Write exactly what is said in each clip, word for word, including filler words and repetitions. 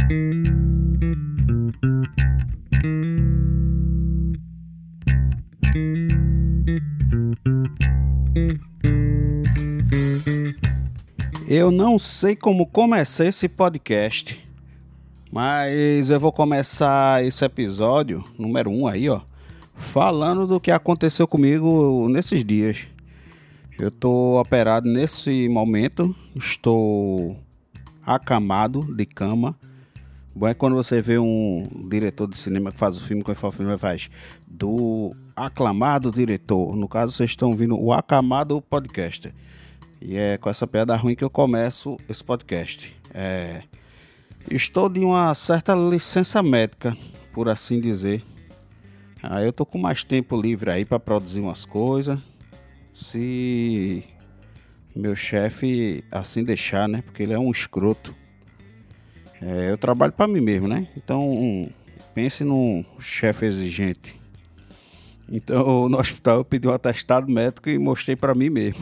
Eu não sei como comecei esse podcast, mas eu vou começar esse episódio, número um aí, ó, falando do que aconteceu comigo nesses dias. Eu tô operado nesse momento, estou acamado de cama. Bom é quando você vê um diretor de cinema que faz o filme, quando fala o filme faz do aclamado diretor. No caso, vocês estão ouvindo o acamado podcaster. E é com essa piada ruim que eu começo esse podcast. É, estou de uma certa licença médica, por assim dizer. Aí eu tô com mais tempo livre aí para produzir umas coisas. Se meu chefe assim deixar, né? Porque ele é um escroto. É, eu trabalho para mim mesmo, né? Então pense num chefe exigente. Então no hospital eu pedi um atestado médico e mostrei para mim mesmo.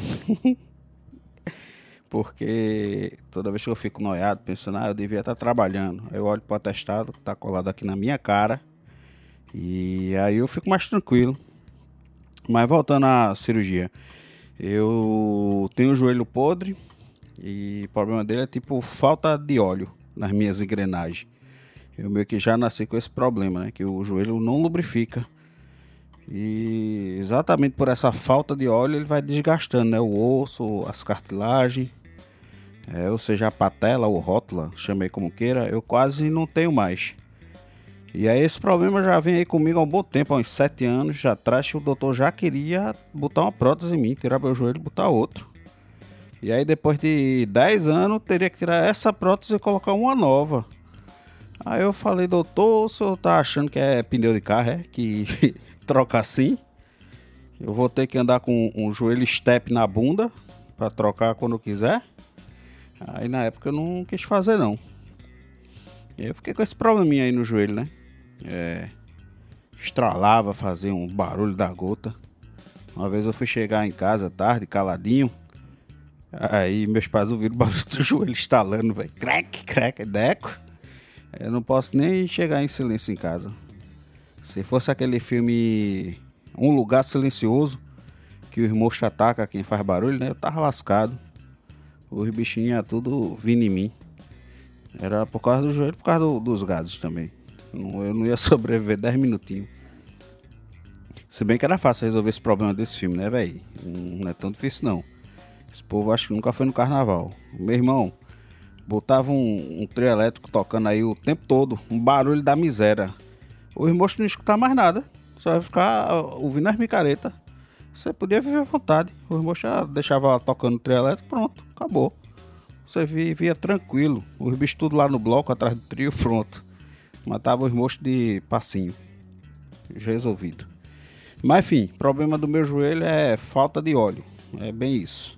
Porque toda vez que eu fico noiado, pensando, ah, eu devia estar trabalhando. Aí eu olho pro atestado que tá colado aqui na minha cara. E aí eu fico mais tranquilo. Mas voltando à cirurgia. Eu tenho o joelho podre. E o problema dele é tipo falta de óleo nas minhas engrenagens. Eu meio que já nasci com esse problema, né? Que o joelho não lubrifica. E exatamente por essa falta de óleo ele vai desgastando, né? O osso, as cartilagens. É, ou seja, a patela ou rótula, chamei como queira, eu quase não tenho mais. E aí esse problema já vem aí comigo há um bom tempo, há uns sete anos já atrás, que o doutor já queria botar uma prótese em mim, tirar meu joelho e botar outro. E aí depois de dez anos, teria que tirar essa prótese e colocar uma nova. Aí eu falei, doutor, o senhor tá achando que é pneu de carro, é? Que troca assim? Eu vou ter que andar com um joelho step na bunda para trocar quando eu quiser? Aí na época eu não quis fazer não. E eu fiquei com esse probleminha aí no joelho, né? É, estralava, fazia um barulho da gota. Uma vez eu fui chegar em casa tarde, caladinho. Aí meus pais ouviram o barulho do joelho estalando, velho. Crack, crack, deco. Eu não posso nem chegar em silêncio em casa. Se fosse aquele filme Um Lugar Silencioso, que os monstros atacam quem faz barulho, né? Eu tava lascado. Os bichinhos tudo vindo em mim. Era por causa do joelho, por causa do, dos gases também. Não, eu não ia sobreviver dez minutinhos. Se bem que era fácil resolver esse problema desse filme, né, velho? Não é tão difícil, não. Esse povo acho que nunca foi no carnaval. Meu irmão, botava um, um trio elétrico tocando aí o tempo todo. Um barulho da miséria. Os monstros não escutar mais nada. Só vai ficar ouvindo as micaretas. Você podia viver à vontade. Os moços deixavam tocando o trio elétrico, pronto, acabou. Você vivia tranquilo. Os bichos tudo lá no bloco, atrás do trio, pronto. Matava os moços de passinho. Resolvido. Mas enfim, problema do meu joelho é falta de óleo. É bem isso.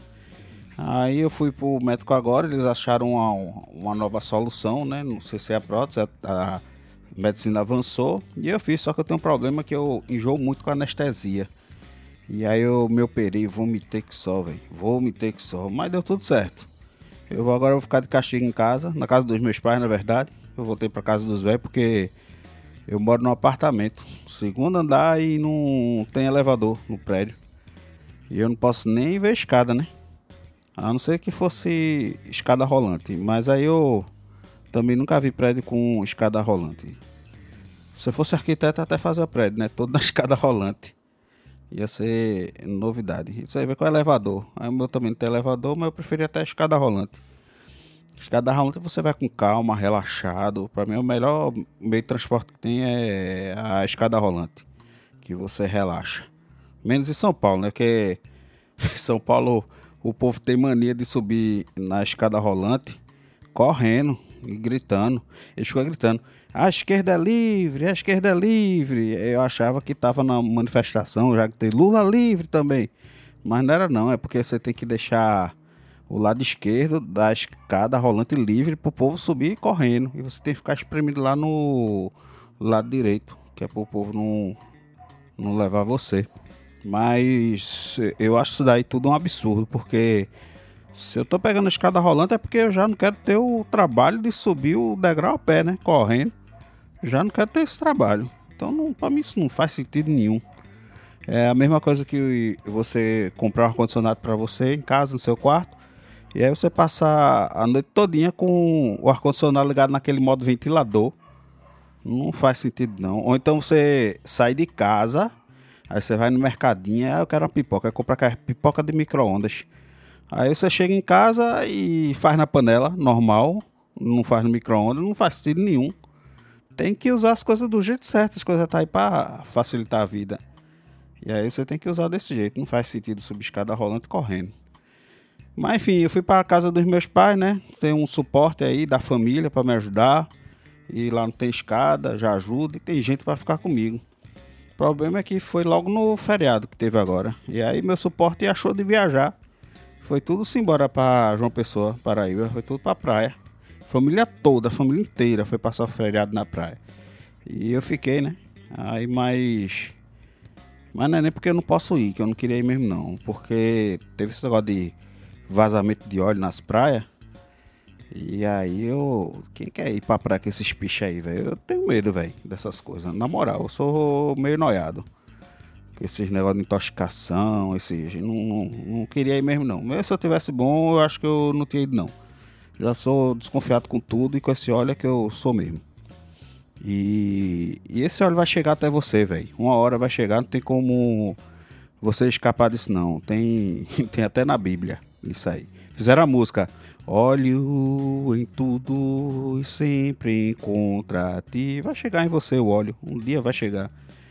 Aí eu fui pro médico agora, eles acharam uma, uma nova solução, né? Não sei se é a prótese, a medicina avançou. E eu fiz, só que eu tenho um problema que eu enjoo muito com anestesia. E aí eu me operei, vomitei que só, velho. Vomitei que só, mas deu tudo certo. Eu agora vou ficar de castigo em casa, na casa dos meus pais, na verdade. Eu voltei pra casa dos velhos porque eu moro num apartamento. Segundo andar e não tem elevador no prédio. E eu não posso nem ver escada, né? A não ser que fosse escada rolante. Mas aí eu também nunca vi prédio com escada rolante. Se eu fosse arquiteto, até fazia prédio, né? Todo na escada rolante. Ia ser novidade. Isso aí vai com o elevador. Aí o meu também não tem elevador, mas eu preferia até a escada rolante. Escada rolante você vai com calma, relaxado. Pra mim o melhor meio de transporte que tem é a escada rolante. Que você relaxa. Menos em São Paulo, né? Porque em São Paulo o povo tem mania de subir na escada rolante correndo e gritando. Eles ficam gritando: a esquerda é livre, a esquerda é livre. Eu achava que estava na manifestação, já que tem Lula livre também. Mas não era não, é porque você tem que deixar o lado esquerdo da escada rolante livre para o povo subir correndo. E você tem que ficar espremido lá no lado direito, que é para o povo não, não levar você. Mas eu acho isso daí tudo um absurdo, porque Se eu tô pegando a escada rolante é porque eu já não quero ter o trabalho de subir o degrau a pé, né? Correndo. Já não quero ter esse trabalho. Então, não, pra mim, isso não faz sentido nenhum. É a mesma coisa que você comprar um ar-condicionado pra você em casa, no seu quarto. E aí você passar a noite todinha com o ar-condicionado ligado naquele modo ventilador. Não faz sentido, não. Ou então você sai de casa, aí você vai no mercadinho, ah, eu quero uma pipoca, aí compra aquela pipoca de micro-ondas. Aí você chega em casa e faz na panela, normal, não faz no micro-ondas, não faz sentido nenhum. Tem que usar as coisas do jeito certo, as coisas tá aí pra facilitar a vida. E aí você tem que usar desse jeito, não faz sentido subir escada rolante correndo. Mas enfim, eu fui para a casa dos meus pais, né? Tem um suporte aí da família para me ajudar. E lá não tem escada, já ajuda e tem gente para ficar comigo. O problema é que foi logo no feriado que teve agora. E aí meu suporte achou de viajar. Foi tudo-se embora para João Pessoa, Paraíba. Foi tudo para praia. Família toda, a família inteira foi passar o feriado na praia. E eu fiquei, né? Aí mais... Mas não é nem porque eu não posso ir, que eu não queria ir mesmo não. Porque teve esse negócio de vazamento de óleo nas praias. E aí eu... Quem quer ir pra praia com esses bichos aí, velho? Eu tenho medo, velho, dessas coisas. Na moral, eu sou meio noiado. Com esses negócios de intoxicação, esses... Não, não, não queria ir mesmo, não. Mas se eu tivesse bom, eu acho que eu não tinha ido, não. Já sou desconfiado com tudo e com esse óleo é que eu sou mesmo. E, e esse óleo vai chegar até você, velho. Uma hora vai chegar, não tem como você escapar disso, não. Tem, tem até na Bíblia isso aí. Fizeram a música óleo em tudo e sempre encontra ti. Vai chegar em você o óleo, um dia vai chegar.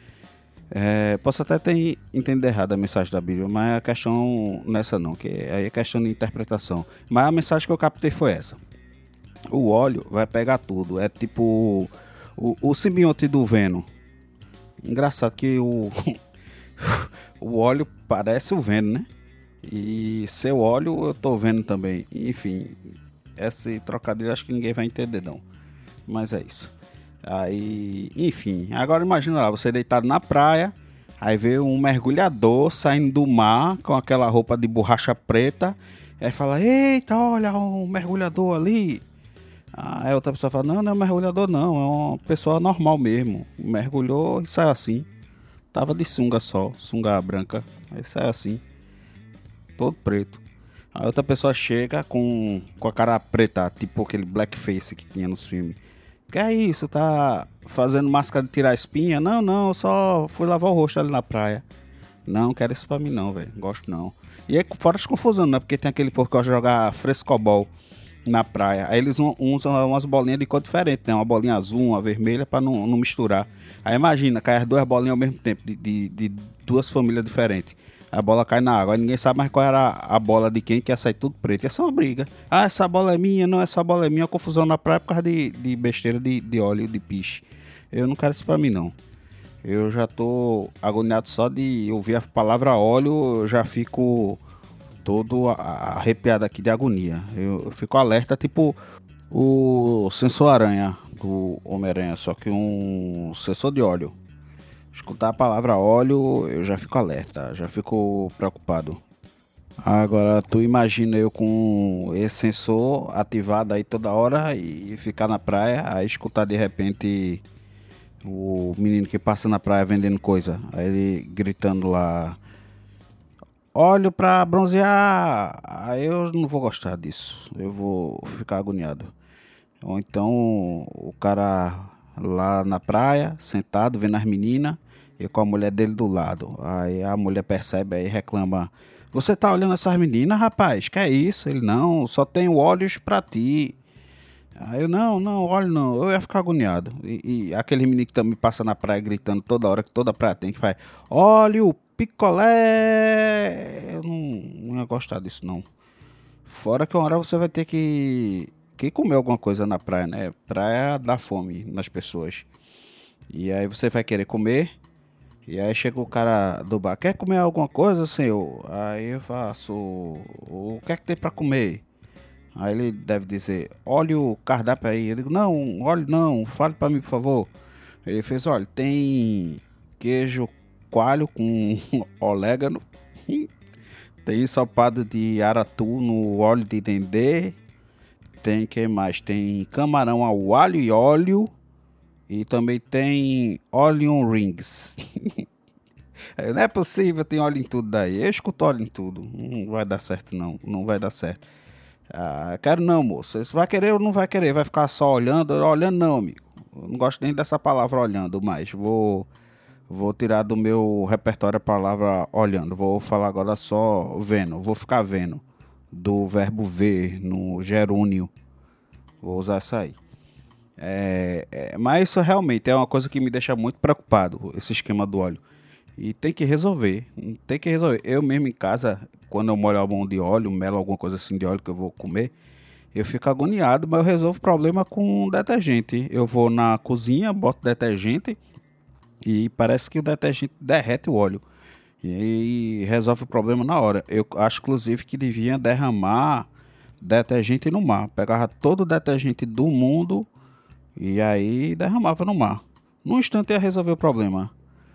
É, posso até ter entendido errado a mensagem da Bíblia, mas a questão nessa não, que aí é questão de interpretação. Mas a mensagem que eu captei foi essa: o óleo vai pegar tudo, é tipo o, o simbionte do Venom. Engraçado que o o óleo parece o Venom, né? E seu óleo eu tô vendo também. Enfim, esse trocadilho acho que ninguém vai entender não. Mas é isso. Aí, enfim, agora imagina lá, você deitado na praia, aí vê um mergulhador saindo do mar com aquela roupa de borracha preta, aí fala: eita, olha um mergulhador ali. Aí outra pessoa fala: não, não é um mergulhador não, é uma pessoa normal mesmo. Mergulhou e saiu assim. Tava de sunga só, sunga branca, aí saiu assim, todo preto. Aí outra pessoa chega com, com a cara preta, tipo aquele blackface que tinha no filme. Que é isso, tá fazendo máscara de tirar espinha? Não, não, eu só fui lavar o rosto ali na praia. Não, quero isso pra mim não, velho, gosto não. E é fora de confusão, né? Porque tem aquele povo que gosta de jogar frescobol na praia. Aí eles usam umas bolinhas de cor diferente, né? Uma bolinha azul, uma vermelha, pra não, não misturar. Aí imagina, cai as duas bolinhas ao mesmo tempo, de, de, de duas famílias diferentes. A bola cai na água, aí ninguém sabe mais qual era a bola de quem, que ia sair tudo preto. Ia ser uma briga. Ah, essa bola é minha, não, essa bola é minha. Uma confusão na praia por causa de, de besteira de, de óleo, de piche. Eu não quero isso pra mim, não. Eu já tô agoniado só de ouvir a palavra óleo, eu já fico todo arrepiado aqui de agonia. Eu, eu fico alerta, tipo o sensor aranha do Homem-Aranha, só que um sensor de óleo. Escutar a palavra óleo, eu já fico alerta, já fico preocupado. Agora, tu imagina eu com esse sensor ativado aí toda hora e ficar na praia, aí escutar de repente o menino que passa na praia vendendo coisa, aí ele gritando lá: óleo pra bronzear! Aí eu não vou gostar disso, eu vou ficar agoniado. Ou então o cara lá na praia, sentado, vendo as meninas, e com a mulher dele do lado. Aí a mulher percebe aí e reclama: você tá olhando essas meninas, rapaz? Que é isso? Ele: não, só tenho olhos pra ti. Aí eu: não, não, olho não. Eu ia ficar agoniado. E, e aquele menino que também passa na praia gritando toda hora, que toda praia tem, que faz: óleo, picolé. Eu não, não ia gostar disso, não. Fora que uma hora você vai ter que, que comer alguma coisa na praia, né? Praia dá fome nas pessoas. E aí você vai querer comer. E aí chega o cara do bar: quer comer alguma coisa, senhor? Aí eu faço: o que é que tem pra comer? Aí ele deve dizer: olha o cardápio aí. Eu digo: não, olha não, fale pra mim, por favor. Ele fez: olha, tem queijo coalho com orégano, Tem ensopado de aratu no óleo de dendê. Tem que mais? Tem camarão ao alho e óleo. E também tem onion rings. Não é possível, tem óleo em tudo daí. Eu escuto óleo em tudo. Não vai dar certo, não. Não vai dar certo. Ah, quero não, moço. Você vai querer ou não vai querer? Vai ficar só olhando? Olhando não, amigo. Eu não gosto nem dessa palavra olhando mais. Vou, vou tirar do meu repertório a palavra olhando. Vou falar agora só vendo. Vou ficar vendo. Do verbo ver no gerúndio. Vou usar essa aí. É, é, mas isso realmente é uma coisa que me deixa muito preocupado, esse esquema do óleo. E tem que resolver, tem que resolver. Eu mesmo em casa, quando eu molho algum de óleo, melo alguma coisa assim de óleo que eu vou comer, eu fico agoniado, mas eu resolvo o problema com detergente. Eu vou na cozinha, boto detergente e parece que o detergente derrete o óleo. E aí resolve o problema na hora. Eu acho, inclusive, que devia derramar detergente no mar. Pegava todo o detergente do mundo e aí derramava no mar. Num instante ia resolver o problema.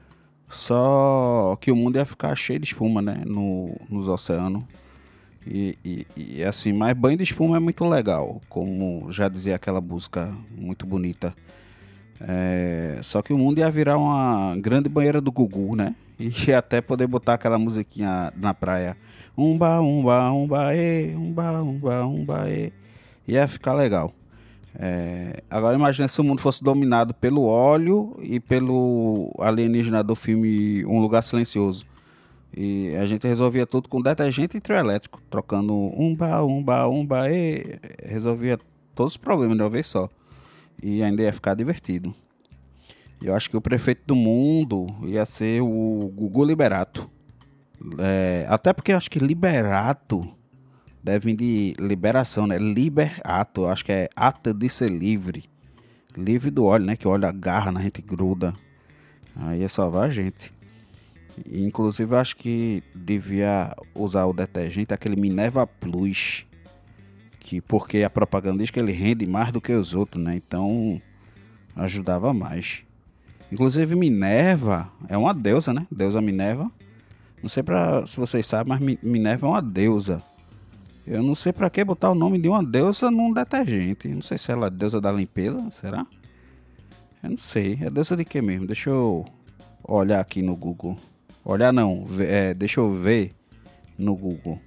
Só que o mundo ia ficar cheio de espuma, né? No, nos oceanos. E, e, e assim, mas banho de espuma é muito legal. Como já dizia aquela música muito bonita. É, só que o mundo ia virar uma grande banheira do Gugu, né? E ia até poder botar aquela musiquinha na praia. Umba, umba, umba, e, umba, umba, umba, e. Ia ficar legal. É, agora imagine se o mundo fosse dominado pelo óleo e pelo alienígena do filme Um Lugar Silencioso. E a gente resolvia tudo com detergente e trio elétrico, trocando umba, umba, umba, e resolvia todos os problemas de uma vez só. E ainda ia ficar divertido. Eu acho que o prefeito do mundo ia ser o Gugu Liberato. É, até porque eu acho que Liberato deve vir de liberação, né? Liberato, eu acho que é ato de ser livre. Livre do óleo, né? Que o óleo agarra na gente, gruda. Aí ia salvar a gente. E, inclusive, eu acho que devia usar o detergente, aquele Minerva Plus. Que, porque a propaganda diz que ele rende mais do que os outros, né? Então, ajudava mais. Inclusive, Minerva é uma deusa, né? Deusa Minerva. Não sei pra, se vocês sabem, mas Minerva é uma deusa. Eu não sei pra que botar o nome de uma deusa num detergente. Não sei se ela é deusa da limpeza, será? Eu não sei. É deusa de que mesmo? Deixa eu olhar aqui no Google. Olhar não, é, deixa eu ver no Google.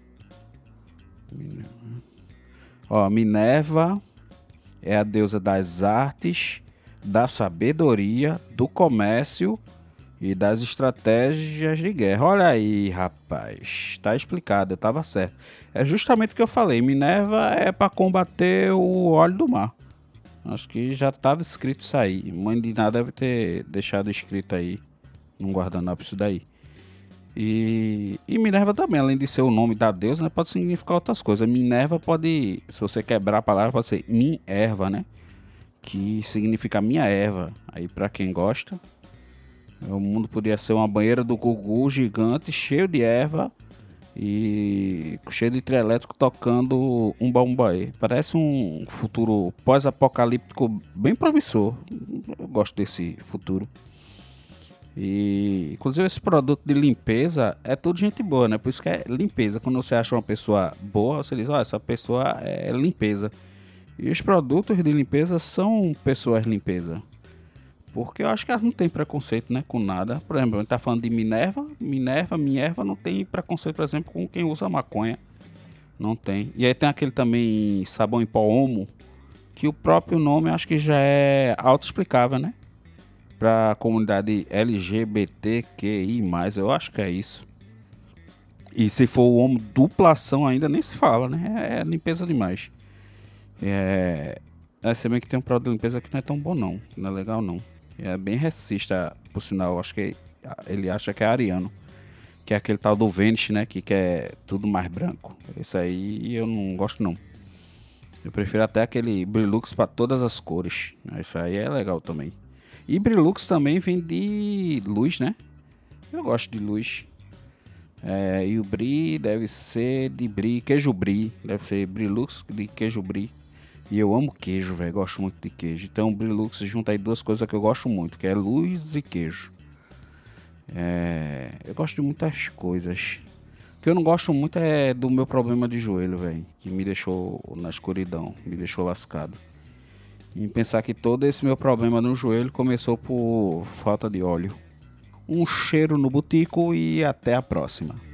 Ó, Minerva é a deusa das artes, da sabedoria, do comércio e das estratégias de guerra. Olha aí, rapaz. Tá explicado, eu tava certo. É justamente o que eu falei. Minerva é para combater o óleo do mar. Acho que já tava escrito isso aí. Mãe de nada deve ter deixado escrito aí. Num guardanapo isso daí. E, e Minerva também, além de ser o nome da deusa, né, pode significar outras coisas. Minerva pode, se você quebrar a palavra, pode ser Minerva, né? Que significa minha erva. Aí pra quem gosta, o mundo poderia ser uma banheira do Gugu gigante, cheio de erva e cheio de trio elétrico tocando um bambaê. Parece um futuro pós-apocalíptico bem promissor. Eu gosto desse futuro. E inclusive esse produto de limpeza é tudo gente boa, né? Por isso que é limpeza. Quando você acha uma pessoa boa, você diz, ó, oh, essa pessoa é limpeza. E os produtos de limpeza são pessoas limpeza. Porque eu acho que elas não tem preconceito, né, com nada. Por exemplo, a gente tá falando de Minerva. Minerva, Minerva não tem preconceito, por exemplo, com quem usa maconha. Não tem. E aí tem aquele também sabão em pó Omo, que o próprio nome eu acho que já é autoexplicável, né? Para a comunidade L G B T Q I mais, eu acho que é isso. E se for o Omo duplação ainda nem se fala, né? É limpeza demais. É, é se bem que tem um produto de limpeza que não é tão bom não, não é legal não. É bem racista, por sinal, acho que ele acha que é ariano. Que é aquele tal do Vanish, né? Que quer tudo mais branco. Isso aí eu não gosto não. Eu prefiro até aquele Brilux para todas as cores. Isso aí é legal também. E Brilux também vem de luz, né? Eu gosto de luz. É, e o Brie deve ser de Brie, queijo Brie. Deve ser Brilux de queijo Brie. E eu amo queijo, velho. Gosto muito de queijo. Então o Brilux junta aí duas coisas que eu gosto muito, que é luz e queijo. É, eu gosto de muitas coisas. O que eu não gosto muito é do meu problema de joelho, velho. Que me deixou na escuridão, me deixou lascado. E pensar que todo esse meu problema no joelho começou por falta de óleo. Um cheiro no botico e até a próxima.